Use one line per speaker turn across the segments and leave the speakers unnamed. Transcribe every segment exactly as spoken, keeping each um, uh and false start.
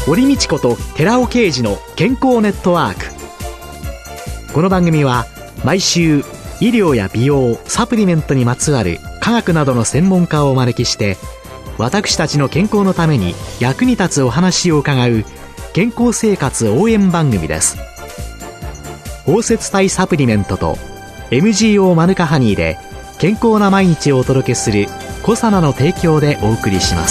堀道子と寺尾啓二の健康ネットワーク。この番組は毎週医療や美容、サプリメントにまつわる科学などの専門家をお招きして、私たちの健康のために役に立つお話を伺う健康生活応援番組です。包摂体サプリメントと エムジーオー マヌカハニーで健康な毎日をお届けするコサナの提供でお送りします。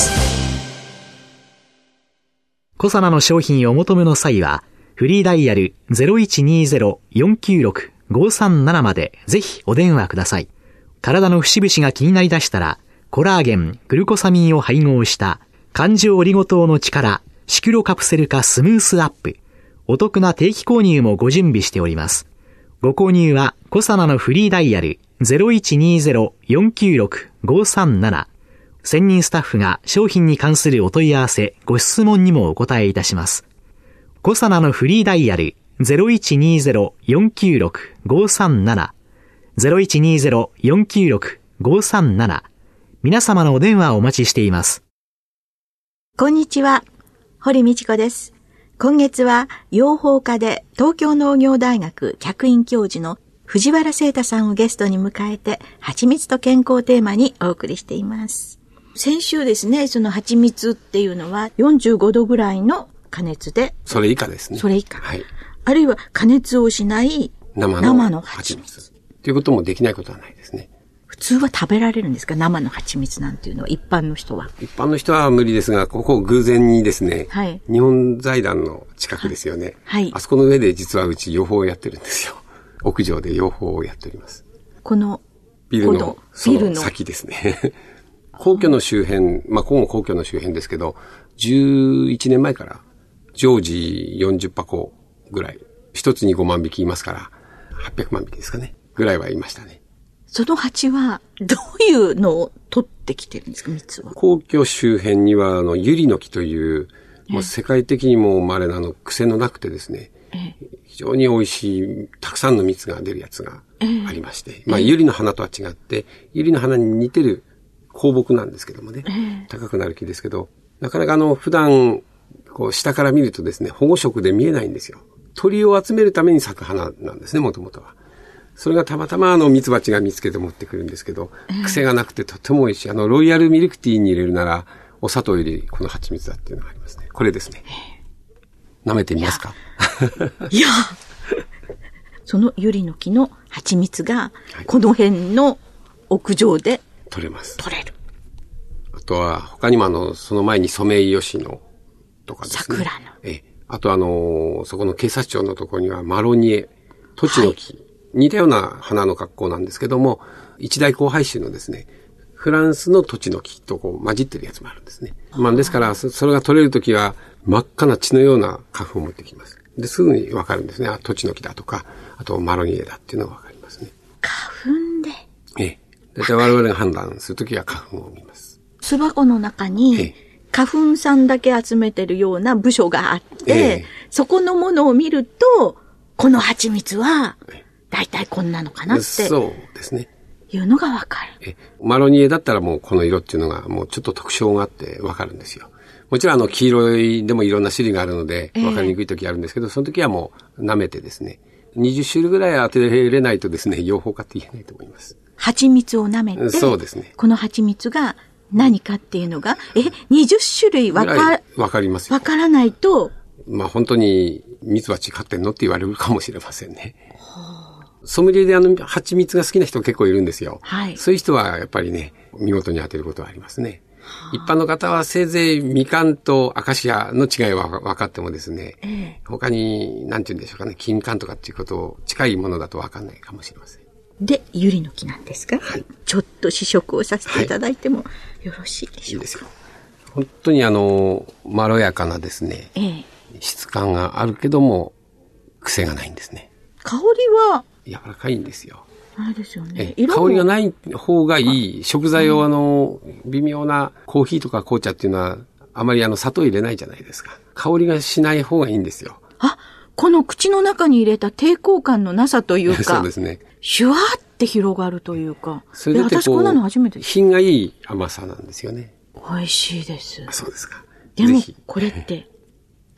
コサナの商品をお求めの際はフリーダイヤル ゼロいちにゼロ よんきゅうろく ごさんなな までぜひお電話ください。体の節々が気になりだしたら、コラーゲン、グルコサミンを配合した環状オリゴ糖の力シクロカプセル化スムースアップ、お得な定期購入もご準備しております。ご購入はコサナのフリーダイヤル ゼロいちにゼロ よんきゅうろく ごさんなな、専任スタッフが商品に関するお問い合わせ、ご質問にもお答えいたします。コサナのフリーダイヤル ゼロいちにゼロ よんきゅうろく ごさんなな、ゼロいちにゼロ よんきゅうろく ごさんなな、皆様のお電話をお待ちしています。
こんにちは、堀道子です。今月は養蜂家で東京農業大学客員教授の藤原誠太さんをゲストに迎えて、蜂蜜と健康テーマにお送りしています。先週ですね、その蜂蜜っていうのはよんじゅうごどぐらいの加熱で、
それ以下ですね。
それ以下。
はい。
あるいは加熱をしない生の
生の
蜂蜜。
蜂蜜。ということもできないことはないですね。
普通は食べられるんですか、生の蜂蜜なんていうのは、一般の人は。
一般の人は無理ですが、ここ偶然にですね、
はい、
日本財団の近くですよね。
はい。
あそこの上で実はうち養蜂をやってるんですよ。屋上で養蜂をやっております。
この
ビルの、その先ですね。皇居の周辺、まあ、ここも皇居の周辺ですけど、じゅういちねんまえから常時よんじゅっぱこぐらい、一つにごまんびきいますから、はっぴゃくまんびきですかね、ぐらいはいましたね。
その蜂はどういうのを取ってきてるんですか、蜜は。
皇居周辺には、あの、ユリの木という、もう世界的にも稀なの癖のなくてですね、ええ、非常に美味しい、たくさんの蜜が出るやつがありまして、ええ、まあ、ユリの花とは違って、ユリの花に似てる香木なんですけどもね、ええ、高くなる木ですけど、なかなかあの、普段、こう、下から見るとですね、保護色で見えないんですよ。鳥を集めるために咲く花なんですね、もともとは。それがたまたまあの、蜜蜂が見つけて持ってくるんですけど、ええ、癖がなくてとても美味しい。あの、ロイヤルミルクティーに入れるなら、お砂糖よりこの蜂蜜だっていうのがありますね。これですね。舐めてみますか？
いや、そのユリの木の蜂蜜が、この辺の屋上で
取れます。
取れる。
あとは、他にもあの、その前にソメイヨシノとかですね。
桜の。
ええ。あとあの、そこの警察庁のところにはマロニエ、トチの木、はい、似たような花の格好なんですけども、一大交配種のですね、フランスのトチの木とこう混じってるやつもあるんですね。まあですから、それが取れるときは真っ赤な血のような花粉を持ってきます。で、すぐにわかるんですね。あ、トチの木だとか、あとマロニエだっていうのがわかりますね。
花粉で？
ええ。だいたい我々が判断するときは花粉を見ます。
巣箱の中に花粉さんだけ集めてるような部署があって、ええ、そこのものを見ると、この蜂蜜はだいたいこんなのかなって。
そうですね。
いうのがわかる。
え、マロニエだったらもうこの色っていうのがもうちょっと特徴があってわかるんですよ。もちろんあの黄色いでもいろんな種類があるのでわかりにくい時あるんですけど、えー、その時はもう舐めてですね、にじゅっしゅるいぐらい当てれないとですね、養蜂家って言えないと思います。
蜂蜜を舐めて、
そうですね。
この蜂蜜が何かっていうのが、え、にじゅっしゅるいわか、
わかりますよ。
わからないと、
まあ本当に蜜蜂飼ってんのって言われるかもしれませんね。ソムリエであの、蜂蜜が好きな人結構いるんですよ。はい。そういう人はやっぱりね、見事に当てることはありますね。一般の方はせいぜいみかんとアカシアの違いは分かってもですね、ええ、他に、なんて言うんでしょうかね、金柑とかっていうことを近いものだと分かんないかもしれません。
で、ユリの木なんですか？はい。ちょっと試食をさせていただいてもよろしいでしょうか？はい、いいですよ。
本当にあの、まろやかなですね、ええ、質感があるけども、癖がないんですね。
香りは
柔らかいんですよ。
あれですよね。
香りがない方がいい。食材をあの、微妙なコーヒーとか紅茶っていうのは、あまりあの、砂糖入れないじゃないですか。香りがしない方がいいんですよ。
あ、この口の中に入れた抵抗感のなさというか。
そうですね。
シュワーって広がるというか。
それで
私こんなの初めて。
品がいい甘さなんですよね。
美味しいです。
あ、そうですか。
でも、これって、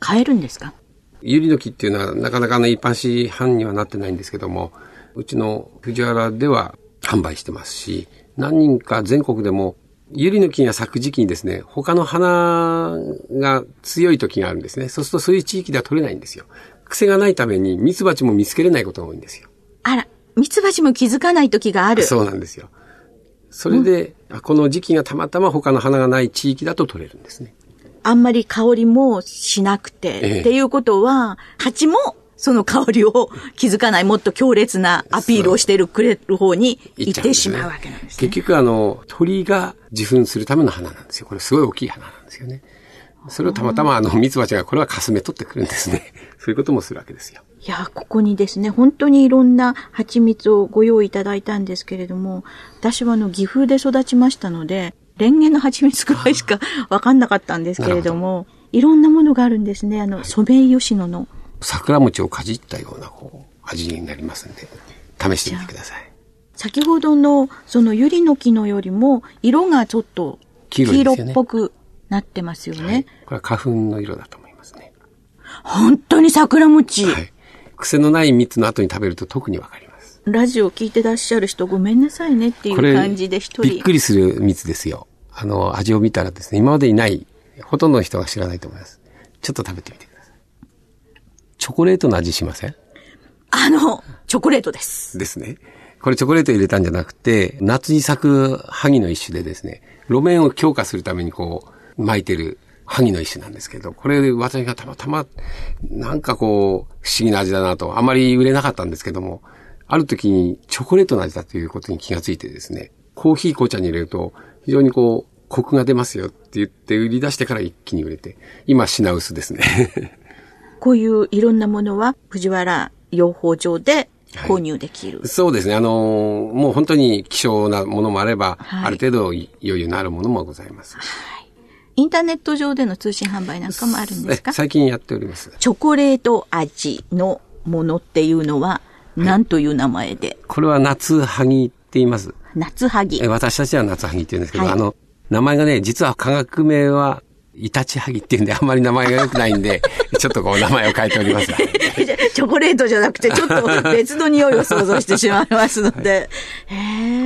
買えるんですか？
ユリの木っていうのはなかなかの一般市販にはなってないんですけども、うちの藤原では販売してますし、何人か全国でもユリの木が咲く時期にですね、他の花が強い時があるんですね。そうするとそういう地域では取れないんですよ。癖がないためにミツバチも見つけれないことが多いんですよ。
あら、ミツバチも気づかない時がある。
そうなんですよ。それで、うん、この時期がたまたま他の花がない地域だと取れるんですね。
あんまり香りもしなくて、ええ、っていうことは、蜂もその香りを気づかない、もっと強烈なアピールをしてくれる方に行ってしまうわけなんですね。
結局あの、鳥が受粉するための花なんですよ。これすごい大きい花なんですよね。それをたまたまあの、ミツバチがこれはかすめ取ってくるんですね。そういうこともするわけですよ。
いや、ここにですね、本当にいろんな蜂蜜をご用意いただいたんですけれども、私はあの、岐阜で育ちましたので、レンゲの蜂蜜くらいしかわかんなかったんですけれども、いろんなものがあるんですね。あの、はい、ソメイヨシノの。
桜餅をかじったようなこう味になりますんで、試してみてください。
先ほどのそのユリの木のよりも色がちょっと黄色っぽくなってますよね。はい、
これは花粉の色だと思いますね。
本当に桜餅。はい。
癖のない蜜の後に食べると特にわかります。
ラジオ聞いてらっしゃる人ごめんなさいねっていう感じで一人。
びっくりする蜜ですよ。あの味を見たらですね、今までにないほとんどの人が知らないと思います。ちょっと食べてみてください。チョコレートの味しません？
あの、チョコレートです。
ですね。これチョコレート入れたんじゃなくて、夏に咲く萩の一種でですね、路面を強化するためにこう、巻いてる萩の一種なんですけど、これ私がたまたま、なんかこう、不思議な味だなと、あまり売れなかったんですけども、ある時にチョコレートの味だということに気がついてですね、コーヒー紅茶に入れると、非常にこう、コクが出ますよって言って売り出してから一気に売れて、今品薄ですね。
こういういろんなものは藤原養蜂場で購入できる、はい、
そうですね。あの、もう本当に希少なものもあれば、はい、ある程度余裕のあるものもございます。はい。
インターネット上での通信販売なんかもあるんですか？
最近やっております。
チョコレート味のものっていうのは何という名前で？はい、
これは夏ハギって言います。
夏ハギ。
私たちは夏ハギって言うんですけど、はい、あの、名前がね、実は化学名は、イタチハギっていうんで、あんまり名前が良くないんで、ちょっとこう名前を変えております。
チョコレートじゃなくて、ちょっと別の匂いを想像してしまいますので。はい、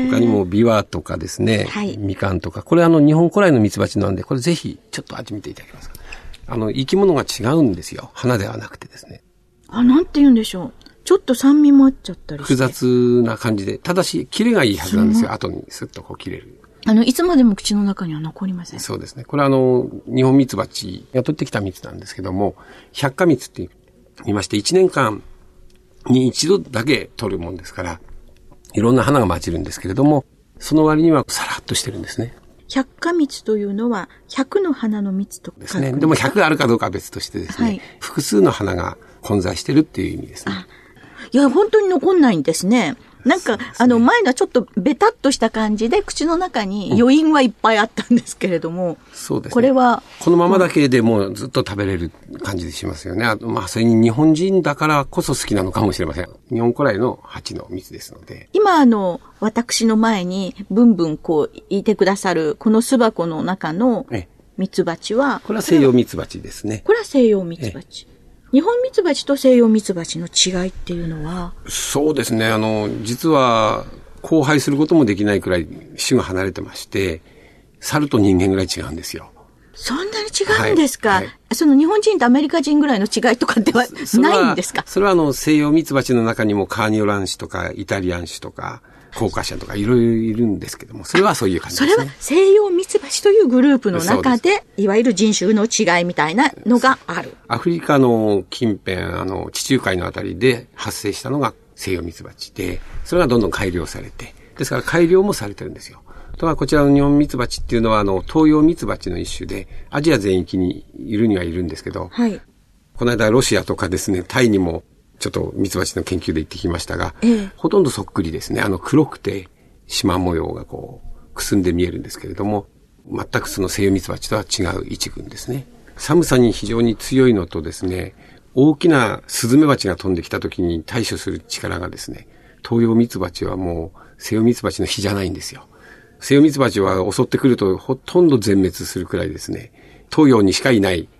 他にもビワとかですね、はい、みかんとか、これあの日本古来のミツバチなんで、これぜひちょっと味見ていただけますか。あの、生き物が違うんですよ。花ではなくてですね。
あ、なんて言うんでしょう。ちょっと酸味もあっちゃったりして。
複雑な感じで、ただし、キレがいいはずなんですよ。後にスッとこう切れる。
あの、いつまでも口の中には残りません。
そうですね。これはあの、日本ミツバチが取ってきた蜜なんですけども、百花蜜って言いまして、いちねんかんに一度だけ取るもんですから、いろんな花が混じるんですけれども、その割にはさらっとしてるんですね。
百花蜜というのは、百の花の蜜とか
ですね。でも百あるかどうかは別としてですね、はい、複数の花が混在してるっていう意味ですね。
あ、いや、本当に残んないんですね。なんか、ね、あの、前がちょっとベタっとした感じで、口の中に余韻はいっぱいあったんですけれども、うん、
そうですね。
これは、
このままだけでもうずっと食べれる感じでしますよね。あと、まあ、それに日本人だからこそ好きなのかもしれません。日本古来の蜂の蜜ですので。
今、あの、私の前に、ブンブンこう、いてくださる、この巣箱の中のミツバチは、
これは西洋ミツバチですね。
これは西洋ミツバチ。日本ミツバチと西洋ミツバチの違いっていうのは？
そうですね。あの、実は、交配することもできないくらい種が離れてまして、猿と人間ぐらい違うんですよ。
そんなに違うんですか？はいはい、その日本人とアメリカ人ぐらいの違いとかってはないんですか？
それは、それはあの、西洋ミツバチの中にもカーニオラン種とか、イタリアン種とか、コーカシャンとかいろいろいるんですけども、それはそういう感じですね。
それは西洋ミツバチというグループの中で、いわゆる人種の違いみたいなのがある。
アフリカの近辺、あの、地中海のあたりで発生したのが西洋ミツバチで、それがどんどん改良されて、ですから改良もされてるんですよ。とはこちらの日本ミツバチっていうのは、あの、東洋ミツバチの一種で、アジア全域にいるにはいるんですけど、はい、この間ロシアとかですね、タイにも、ちょっとミツバチの研究で行ってきましたが、ええ、ほとんどそっくりですね。あの黒くて縞模様がこうくすんで見えるんですけれども、全くその西洋ミツバチとは違う一群ですね。寒さに非常に強いのとですね、大きなスズメバチが飛んできた時に対処する力がですね、東洋ミツバチはもう西洋ミツバチの比じゃないんですよ。西洋ミツバチは襲ってくるとほとんど全滅するくらいですね、東洋にしかいない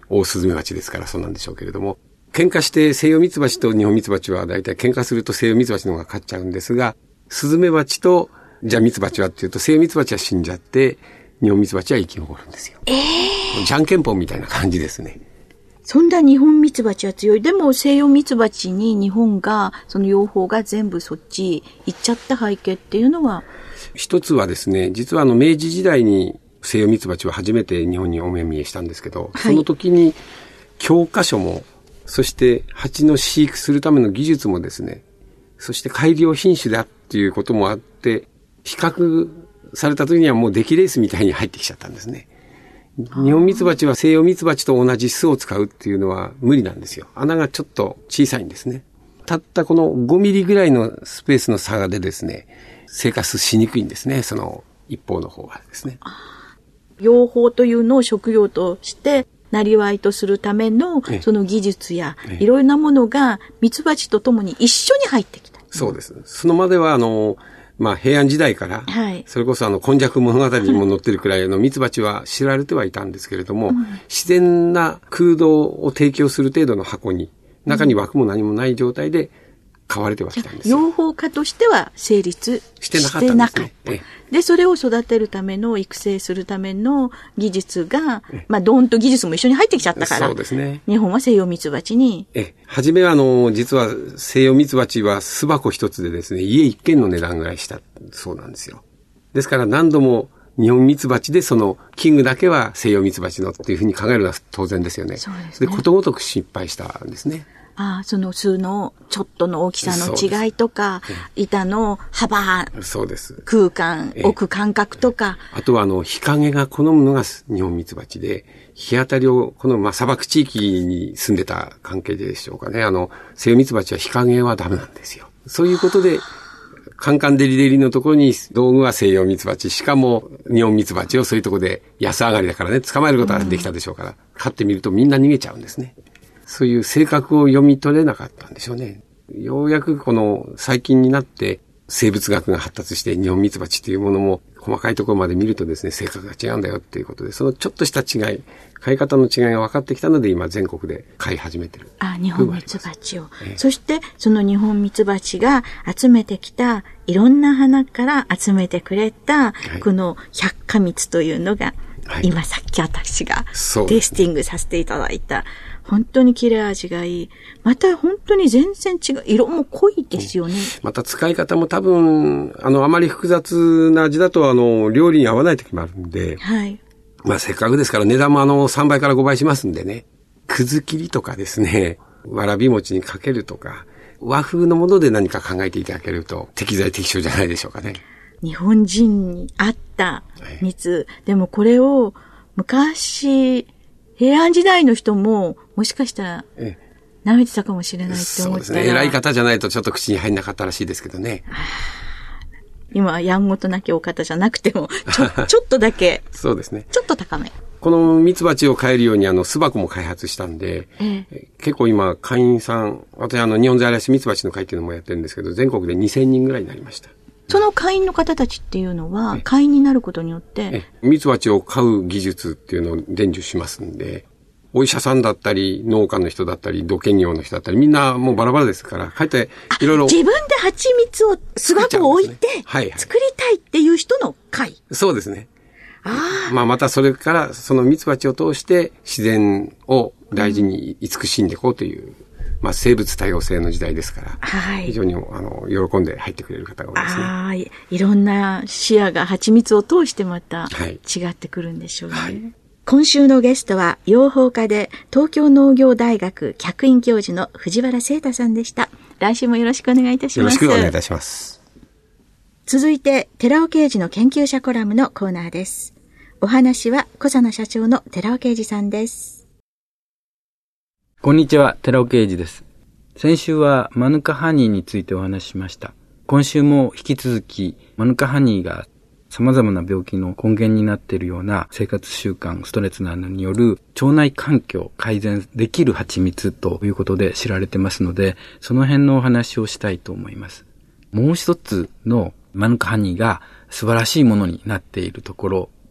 オオスズメバチですからそうなんでしょうけれども、喧嘩して西洋ミツバチと日本ミツバチはだいたい喧嘩すると西洋ミツバチの方が勝っちゃうんですが、スズメバチとじゃあミツバチはっていうと西洋ミツバチは死んじゃって日本ミツバチは生き残るんですよ。えー、じゃんけんぽんみたいな感じですね。
そんな日本ミツバチは強い。でも西洋ミツバチに日本が、その養蜂が全部そっち行っちゃった背景っていうのは、
一つはですね、実はあの明治時代に西洋ミツバチは初めて日本にお目見えしたんですけど、はい、その時に教科書も、そして蜂の飼育するための技術もですね、そして改良品種だっていうこともあって、比較された時にはもう出来レースみたいに入ってきちゃったんですね。日本ミツバチは西洋ミツバチと同じ巣を使うっていうのは無理なんですよ。穴がちょっと小さいんですね。たったこのごミリぐらいのスペースの差でですね、生活しにくいんですね。その一方の方はですね。
養蜂というのを職業としてなりわいとするためのその技術やいろいろなものがミツバチとともに一緒に入ってきた。
そうです。そのまではあのまあ平安時代から、はい、それこそあの今昔物語にも載ってるくらいのミツバチは知られてはいたんですけれども、うん、自然な空洞を提供する程度の箱に、中に枠も何もない状態で飼われてはきたんですよ。
養蜂家としては成立
してなかったんですね。
ええで、それを育てるための、育成するための技術が、まあ、ドーンと技術も一緒に入ってきちゃったから。
そうですね。
日本は西洋ミツバチに。
え、はじめはあの、実は西洋ミツバチは巣箱一つでですね、家一軒の値段ぐらいしたそうなんですよ。ですから何度も日本ミツバチでそのキングだけは西洋ミツバチのっていうふうに考えるのは当然ですよね。
そうですね。
で、ことごとく失敗したんですね。
ああ、その巣のちょっとの大きさの違いとか、板の幅、
そうです。
空間、置く間隔とか。
あとはあの、日陰が好むのが日本ミツバチで、日当たりを、このまあ砂漠地域に住んでた関係でしょうかね。あの、西洋ミツバチは日陰はダメなんですよ。そういうことで、カンカンデリデリのところに道具は西洋ミツバチ、しかも日本ミツバチをそういうところで安上がりだからね、捕まえることができたでしょうから、うん、飼ってみるとみんな逃げちゃうんですね。そういう性格を読み取れなかったんでしょうね。ようやくこの最近になって生物学が発達して日本ミツバチというものも細かいところまで見るとですね、性格が違うんだよっていうことで、そのちょっとした違い、飼い方の違いが分かってきたので今全国で飼い始めてる。
あ、日本ミツバチを。ええ、そしてその日本ミツバチが集めてきたいろんな花から集めてくれた、はい、この百花蜜というのが、はい、今さっき私がテイスティングさせていただいた、本当に切れ味がいい。また本当に全然違う。色も濃いですよね。
また使い方も多分、あの、あまり複雑な味だと、あの、料理に合わない時もあるんで。はい。まあ、せっかくですから値段もあの、さんばいからごばいしますんでね。くず切りとかですね、わらび餅にかけるとか、和風のもので何か考えていただけると、適材適所じゃないでしょうかね。
日本人に合った蜜。はい、でもこれを、昔、平安時代の人も、もしかしたら、舐めてたかもしれないって思ったら。
そうですね。偉い方じゃないとちょっと口に入んなかったらしいですけどね。
今はやんごとなきお方じゃなくても、ちょ、ちょっとだけ。
そうですね。
ちょっと高め。
このミツバチを飼えるように、あの、巣箱も開発したんで、ええ、結構今、会員さん、私あの、日本在来種ミツバチの会っていうのもやってるんですけど、全国でにせんにんぐらいになりました。
その会員の方たちっていうのは、会員になることによって、
ミツバチを飼う技術っていうのを伝授しますんで、お医者さんだったり、農家の人だったり、土建業の人だったり、みんなもうバラバラですから、かえっていろいろ。
自分で蜂蜜を、巣箱を置いて、はいはい、作りたいっていう人の会。
そうですね。あまあまたそれから、そのミツバチを通して自然を大事に慈しんでいこうという、うんまあ、生物多様性の時代ですから、はい、非常にあの喜んで入ってくれる方が多いですね。あ
い, いろんな視野が蜂蜜を通してまた違ってくるんでしょうね。はいはい、今週のゲストは養蜂家で東京農業大学客員教授の藤原誠太さんでした。来週もよろしくお願いいたします。
よろしくお願いいたします。
続いて寺尾啓二の研究者コラムのコーナーです。お話は小佐野社長の寺尾啓二さんです。
こんにちは、寺尾啓二です。先週はマヌカハニーについてお話ししました。今週も引き続きマヌカハニーが様々な病気の根源になっているような生活習慣、ストレスなどによる腸内環境を改善できる蜂蜜ということで知られてますので、その辺のお話をしたいと思います。もう一つのマヌカハニーが素晴らしいものになっているところ、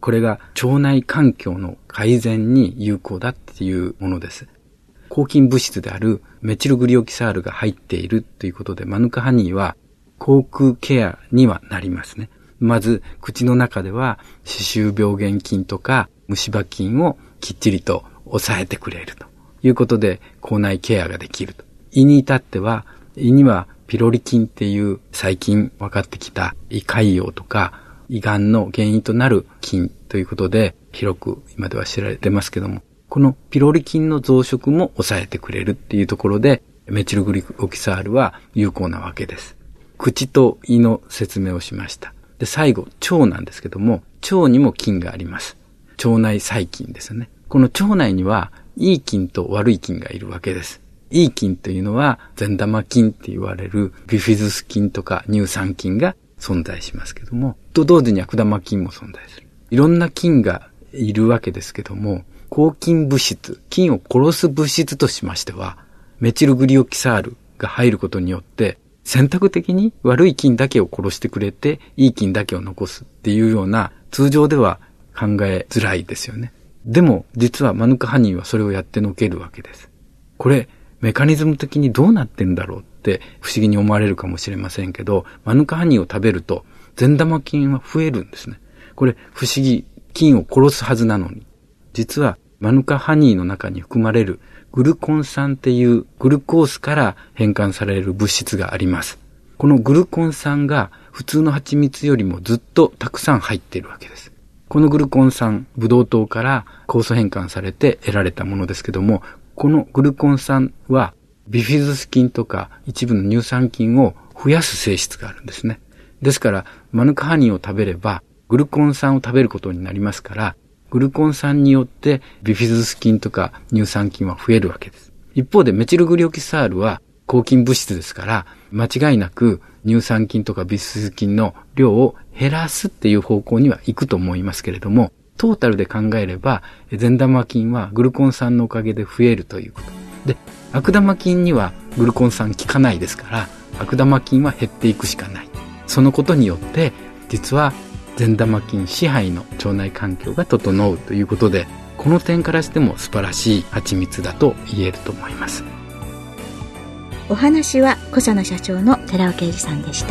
これが腸内環境の改善に有効だっていうものです。抗菌物質であるメチルグリオキサールが入っているということで、マヌカハニーは口腔ケアにはなりますね。まず、口の中では歯周病原菌とか虫歯菌をきっちりと抑えてくれるということで、口内ケアができると。胃に至っては、胃にはピロリ菌っていう最近分かってきた胃潰瘍とか胃がんの原因となる菌ということで、広く今では知られてますけども、このピロリ菌の増殖も抑えてくれるっていうところで、メチルグリオキサールは有効なわけです。口と胃の説明をしました。で、最後、腸なんですけども、腸にも菌があります。腸内細菌ですね。この腸内には、いい菌と悪い菌がいるわけです。いい菌というのは、善玉菌って言われるビフィズス菌とか乳酸菌が存在しますけども、と同時に悪玉菌も存在する。いろんな菌がいるわけですけども、抗菌物質、菌を殺す物質としましては、メチルグリオキサールが入ることによって、選択的に悪い菌だけを殺してくれて、いい菌だけを残すっていうような、通常では考えづらいですよね。でも、実はマヌカハニーはそれをやってのけるわけです。これ、メカニズム的にどうなってんだろうって不思議に思われるかもしれませんけど、マヌカハニーを食べると、善玉菌は増えるんですね。これ、不思議、菌を殺すはずなのに。実は、マヌカハニーの中に含まれるグルコン酸っていうグルコースから変換される物質があります。このグルコン酸が普通の蜂蜜よりもずっとたくさん入っているわけです。このグルコン酸、ブドウ糖から酵素変換されて得られたものですけども、このグルコン酸はビフィズス菌とか一部の乳酸菌を増やす性質があるんですね。ですから、マヌカハニーを食べればグルコン酸を食べることになりますから、グルコン酸によってビフィズス菌とか乳酸菌は増えるわけです。一方でメチルグリオキサールは抗菌物質ですから、間違いなく乳酸菌とかビフィズス菌の量を減らすっていう方向には行くと思いますけれども、トータルで考えれば善玉菌はグルコン酸のおかげで増えるということ。で、悪玉菌にはグルコン酸効かないですから、悪玉菌は減っていくしかない。そのことによって実は善玉菌支配の腸内環境が整うということで、この点からしても素晴らしい蜂蜜だと言えると思います。
お話は小佐野社長の寺尾啓二さんでした。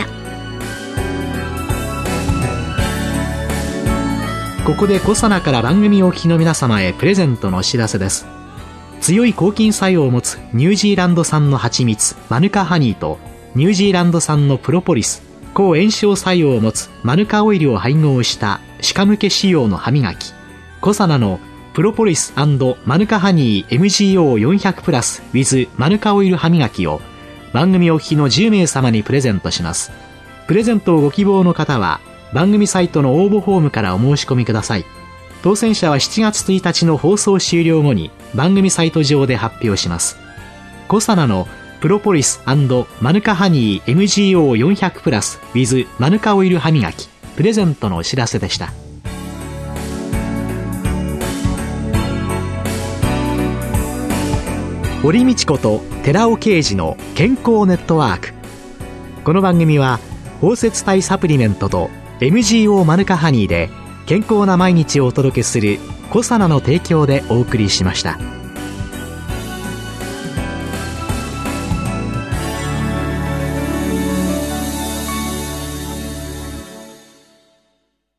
ここで小佐野から番組をお聞きの皆様へプレゼントのお知らせです。強い抗菌作用を持つニュージーランド産の蜂蜜マヌカハニーとニュージーランド産のプロポリス抗炎症作用を持つマヌカオイルを配合した歯科向け仕様の歯磨きコサナのプロポリス&マヌカハニー エムジーオーよんひゃく プラス with マヌカオイル歯磨きを番組お聞きのじゅうめいさまにプレゼントします。プレゼントをご希望の方は番組サイトの応募フォームからお申し込みください。当選者はしちがつついたちの放送終了後に番組サイト上で発表します。コサナのプロポリス&マヌカハニー エムジーオーよんひゃく プラス with マヌカオイル歯磨きプレゼントのお知らせでした。堀道子と寺尾啓二の健康ネットワーク。この番組は包摂体サプリメントと エムジーオー マヌカハニーで健康な毎日をお届けするコサナの提供でお送りしました。